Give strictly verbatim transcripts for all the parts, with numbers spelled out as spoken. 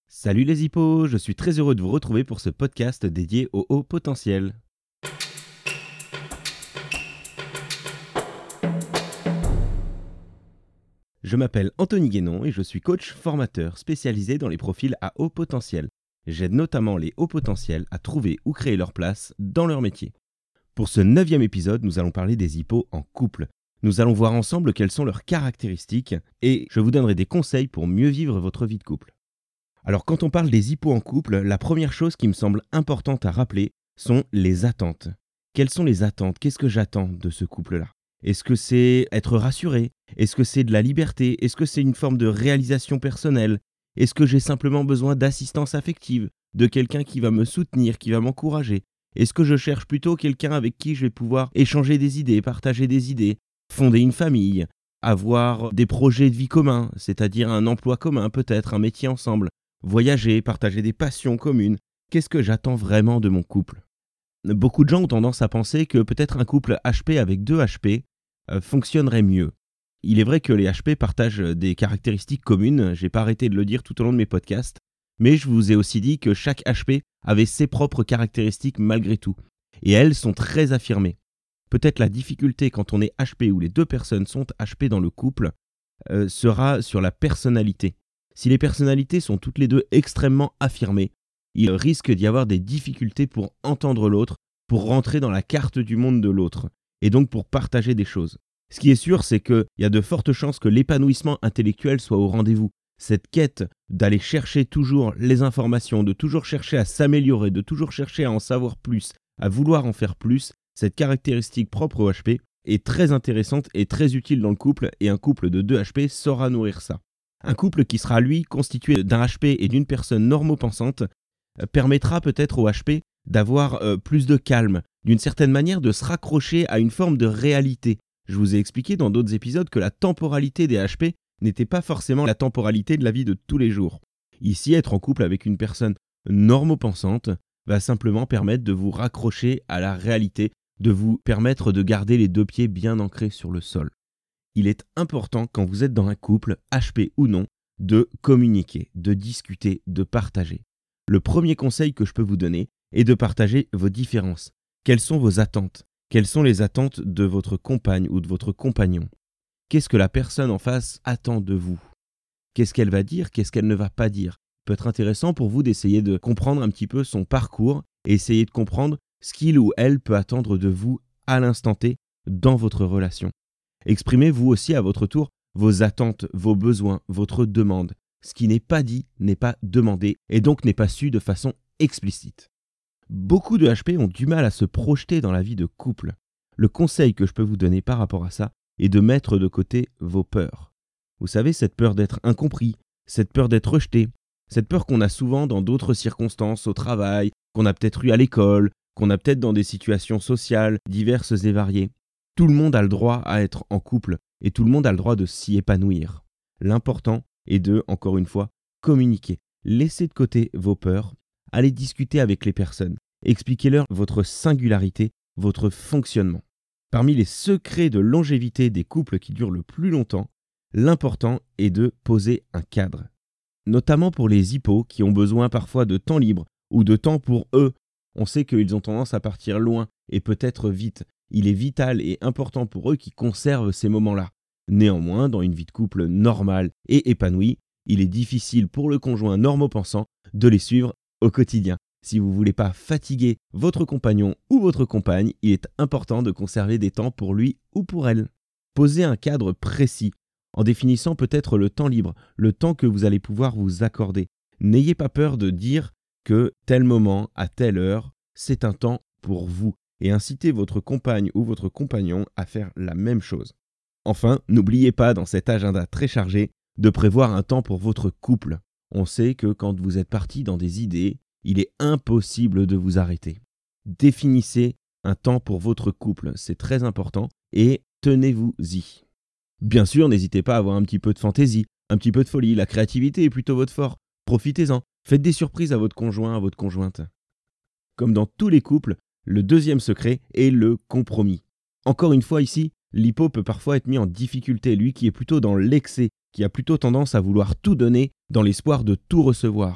Salut les hippos, je suis très heureux de vous retrouver pour ce podcast dédié au haut potentiel. Je m'appelle Anthony Guénon et je suis coach formateur spécialisé dans les profils à haut potentiel. J'aide notamment les hauts potentiels à trouver ou créer leur place dans leur métier. Pour ce neuvième épisode, nous allons parler des hippos en couple. Nous allons voir ensemble quelles sont leurs caractéristiques et je vous donnerai des conseils pour mieux vivre votre vie de couple. Alors quand on parle des hippos en couple, la première chose qui me semble importante à rappeler sont les attentes. Quelles sont les attentes ? Qu'est-ce que j'attends de ce couple-là ? Est-ce que c'est être rassuré ? Est-ce que c'est de la liberté ? Est-ce que c'est une forme de réalisation personnelle ? Est-ce que j'ai simplement besoin d'assistance affective, de quelqu'un qui va me soutenir, qui va m'encourager ? Est-ce que je cherche plutôt quelqu'un avec qui je vais pouvoir échanger des idées, partager des idées, fonder une famille, avoir des projets de vie communs, c'est-à-dire un emploi commun peut-être, un métier ensemble, voyager, partager des passions communes? Qu'est-ce que j'attends vraiment de mon couple ? Beaucoup de gens ont tendance à penser que peut-être un couple H P avec deux H P euh, fonctionnerait mieux. Il est vrai que les H P partagent des caractéristiques communes, j'ai pas arrêté de le dire tout au long de mes podcasts, mais je vous ai aussi dit que chaque H P avait ses propres caractéristiques malgré tout, et elles sont très affirmées. Peut-être la difficulté quand on est H P ou les deux personnes sont H P dans le couple euh, sera sur la personnalité. Si les personnalités sont toutes les deux extrêmement affirmées, il risque d'y avoir des difficultés pour entendre l'autre, pour rentrer dans la carte du monde de l'autre, et donc pour partager des choses. Ce qui est sûr, c'est qu'il y a de fortes chances que l'épanouissement intellectuel soit au rendez-vous. Cette quête d'aller chercher toujours les informations, de toujours chercher à s'améliorer, de toujours chercher à en savoir plus, à vouloir en faire plus, cette caractéristique propre au H P est très intéressante et très utile dans le couple, et un couple de deux H P saura nourrir ça. Un couple qui sera, lui, constitué d'un H P et d'une personne normopensante euh, permettra peut-être au H P d'avoir euh, plus de calme, d'une certaine manière de se raccrocher à une forme de réalité. Je vous ai expliqué dans d'autres épisodes que la temporalité des H P n'était pas forcément la temporalité de la vie de tous les jours. Ici, être en couple avec une personne normopensante va simplement permettre de vous raccrocher à la réalité, de vous permettre de garder les deux pieds bien ancrés sur le sol. Il est important, quand vous êtes dans un couple, H P ou non, de communiquer, de discuter, de partager. Le premier conseil que je peux vous donner est de partager vos différences. Quelles sont vos attentes ? Quelles sont les attentes de votre compagne ou de votre compagnon ? Qu'est-ce que la personne en face attend de vous ? Qu'est-ce qu'elle va dire ? Qu'est-ce qu'elle ne va pas dire ? Il peut être intéressant pour vous d'essayer de comprendre un petit peu son parcours et essayer de comprendre ce qu'il ou elle peut attendre de vous à l'instant T dans votre relation. Exprimez vous aussi à votre tour vos attentes, vos besoins, votre demande. Ce qui n'est pas dit n'est pas demandé et donc n'est pas su de façon explicite. Beaucoup de H P ont du mal à se projeter dans la vie de couple. Le conseil que je peux vous donner par rapport à ça est de mettre de côté vos peurs. Vous savez, cette peur d'être incompris, cette peur d'être rejeté, cette peur qu'on a souvent dans d'autres circonstances, au travail, qu'on a peut-être eu à l'école, qu'on a peut-être dans des situations sociales diverses et variées. Tout le monde a le droit à être en couple et tout le monde a le droit de s'y épanouir. L'important est de, encore une fois, communiquer. Laissez de côté vos peurs, allez discuter avec les personnes, expliquez-leur votre singularité, votre fonctionnement. Parmi les secrets de longévité des couples qui durent le plus longtemps, l'important est de poser un cadre. Notamment pour les hippos qui ont besoin parfois de temps libre ou de temps pour eux. On sait qu'ils ont tendance à partir loin et peut-être vite. Il est vital et important pour eux qu'ils conservent ces moments-là. Néanmoins, dans une vie de couple normale et épanouie, il est difficile pour le conjoint normopensant de les suivre au quotidien. Si vous ne voulez pas fatiguer votre compagnon ou votre compagne, il est important de conserver des temps pour lui ou pour elle. Posez un cadre précis, en définissant peut-être le temps libre, le temps que vous allez pouvoir vous accorder. N'ayez pas peur de dire que tel moment, à telle heure, c'est un temps pour vous. Et incitez votre compagne ou votre compagnon à faire la même chose. Enfin, n'oubliez pas dans cet agenda très chargé de prévoir un temps pour votre couple. On sait que quand vous êtes parti dans des idées, il est impossible de vous arrêter. Définissez un temps pour votre couple, c'est très important, et tenez-vous-y. Bien sûr, n'hésitez pas à avoir un petit peu de fantaisie, un petit peu de folie, la créativité est plutôt votre fort. Profitez-en, faites des surprises à votre conjoint, à votre conjointe. Comme dans tous les couples, le deuxième secret est le compromis. Encore une fois ici, l'hippo peut parfois être mis en difficulté, lui qui est plutôt dans l'excès, qui a plutôt tendance à vouloir tout donner dans l'espoir de tout recevoir.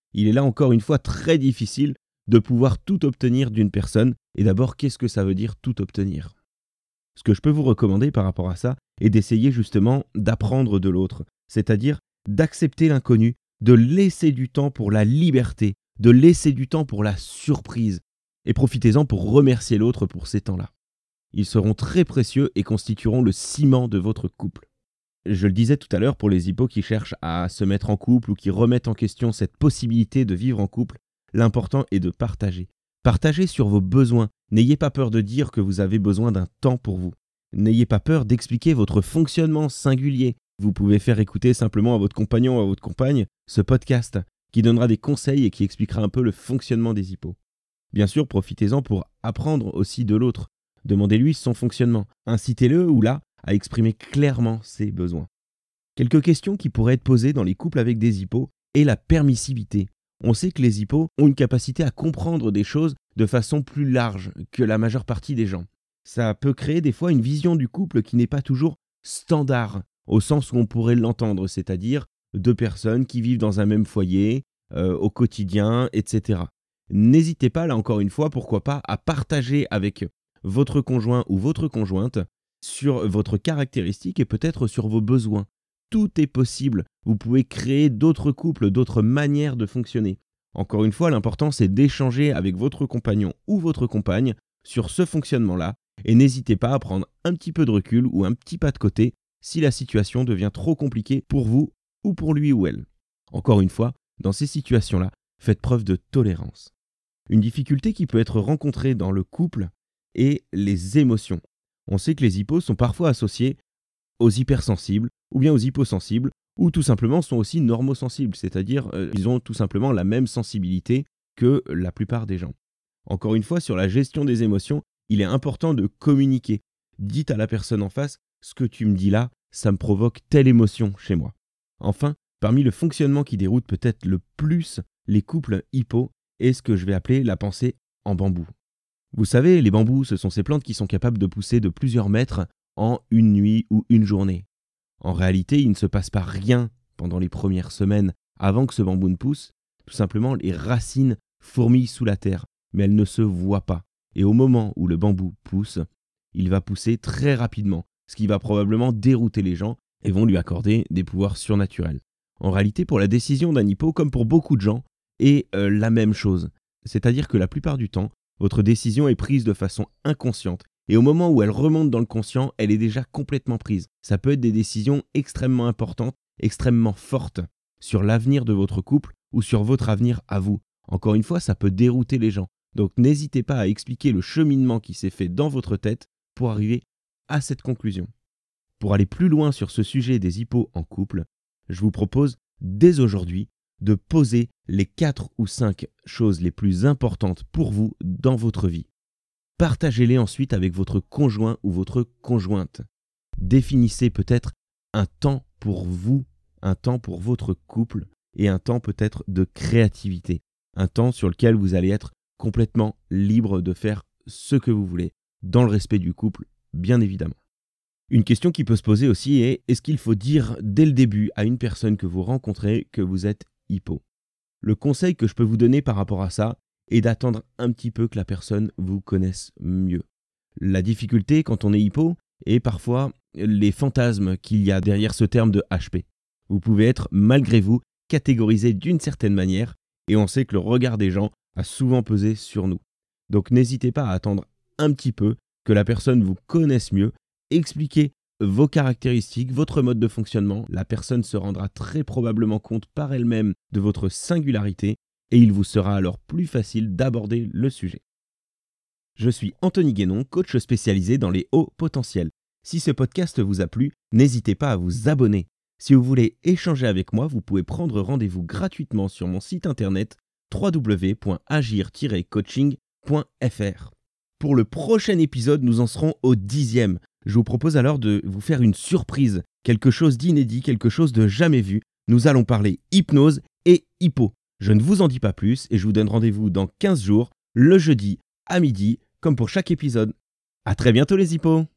Il est là encore une fois très difficile de pouvoir tout obtenir d'une personne. Et d'abord, qu'est-ce que ça veut dire tout obtenir ? Ce que je peux vous recommander par rapport à ça est d'essayer justement d'apprendre de l'autre, c'est-à-dire d'accepter l'inconnu, de laisser du temps pour la liberté, de laisser du temps pour la surprise. Et profitez-en pour remercier l'autre pour ces temps-là. Ils seront très précieux et constitueront le ciment de votre couple. Je le disais tout à l'heure, pour les hippos qui cherchent à se mettre en couple ou qui remettent en question cette possibilité de vivre en couple, l'important est de partager. Partagez sur vos besoins. N'ayez pas peur de dire que vous avez besoin d'un temps pour vous. N'ayez pas peur d'expliquer votre fonctionnement singulier. Vous pouvez faire écouter simplement à votre compagnon ou à votre compagne ce podcast qui donnera des conseils et qui expliquera un peu le fonctionnement des hippos. Bien sûr, profitez-en pour apprendre aussi de l'autre. Demandez-lui son fonctionnement. Incitez-le ou là à exprimer clairement ses besoins. Quelques questions qui pourraient être posées dans les couples avec des hippos est la permissivité. On sait que les hippos ont une capacité à comprendre des choses de façon plus large que la majeure partie des gens. Ça peut créer des fois une vision du couple qui n'est pas toujours standard, au sens où on pourrait l'entendre, c'est-à-dire deux personnes qui vivent dans un même foyer, euh, au quotidien, et cetera. N'hésitez pas, là encore une fois, pourquoi pas, à partager avec votre conjoint ou votre conjointe sur votre caractéristique et peut-être sur vos besoins. Tout est possible. Vous pouvez créer d'autres couples, d'autres manières de fonctionner. Encore une fois, l'important c'est d'échanger avec votre compagnon ou votre compagne sur ce fonctionnement-là et n'hésitez pas à prendre un petit peu de recul ou un petit pas de côté si la situation devient trop compliquée pour vous ou pour lui ou elle. Encore une fois, dans ces situations-là, faites preuve de tolérance. Une difficulté qui peut être rencontrée dans le couple est les émotions. On sait que les hippos sont parfois associés aux hypersensibles ou bien aux hyposensibles ou tout simplement sont aussi normosensibles, c'est-à-dire euh, ils ont tout simplement la même sensibilité que la plupart des gens. Encore une fois, sur la gestion des émotions, il est important de communiquer. Dites à la personne en face, ce que tu me dis là, ça me provoque telle émotion chez moi. Enfin, parmi le fonctionnement qui déroute peut-être le plus les couples hippos est ce que je vais appeler la pensée en bambou. Vous savez, les bambous, ce sont ces plantes qui sont capables de pousser de plusieurs mètres en une nuit ou une journée. En réalité, il ne se passe pas rien pendant les premières semaines avant que ce bambou ne pousse. Tout simplement, les racines fourmillent sous la terre, mais elles ne se voient pas. Et au moment où le bambou pousse, il va pousser très rapidement, ce qui va probablement dérouter les gens et vont lui accorder des pouvoirs surnaturels. En réalité, pour la décision d'un hippo, comme pour beaucoup de gens, est euh, la même chose. C'est-à-dire que la plupart du temps, votre décision est prise de façon inconsciente. Et au moment où elle remonte dans le conscient, elle est déjà complètement prise. Ça peut être des décisions extrêmement importantes, extrêmement fortes, sur l'avenir de votre couple ou sur votre avenir à vous. Encore une fois, ça peut dérouter les gens. Donc n'hésitez pas à expliquer le cheminement qui s'est fait dans votre tête pour arriver à cette conclusion. Pour aller plus loin sur ce sujet des hippos en couple, je vous propose dès aujourd'hui de poser les quatre ou cinq choses les plus importantes pour vous dans votre vie. Partagez-les ensuite avec votre conjoint ou votre conjointe. Définissez peut-être un temps pour vous, un temps pour votre couple et un temps peut-être de créativité. Un temps sur lequel vous allez être complètement libre de faire ce que vous voulez, dans le respect du couple, bien évidemment. Une question qui peut se poser aussi est, est-ce qu'il faut dire dès le début à une personne que vous rencontrez que vous êtes hippo ? Le conseil que je peux vous donner par rapport à ça est d'attendre un petit peu que la personne vous connaisse mieux. La difficulté quand on est hippo est parfois les fantasmes qu'il y a derrière ce terme de H P. Vous pouvez être, malgré vous, catégorisé d'une certaine manière et on sait que le regard des gens a souvent pesé sur nous. Donc n'hésitez pas à attendre un petit peu que la personne vous connaisse mieux, expliquez vos caractéristiques, votre mode de fonctionnement. La personne se rendra très probablement compte par elle-même de votre singularité et il vous sera alors plus facile d'aborder le sujet. Je suis Anthony Guénon, coach spécialisé dans les hauts potentiels. Si ce podcast vous a plu, n'hésitez pas à vous abonner. Si vous voulez échanger avec moi, vous pouvez prendre rendez-vous gratuitement sur mon site internet w w w point agir tiret coaching point f r. Pour le prochain épisode, nous en serons au dixième. Je vous propose alors de vous faire une surprise, quelque chose d'inédit, quelque chose de jamais vu. Nous allons parler hypnose et hippo. Je ne vous en dis pas plus et je vous donne rendez-vous dans quinze jours, le jeudi à midi, comme pour chaque épisode. À très bientôt les hippos!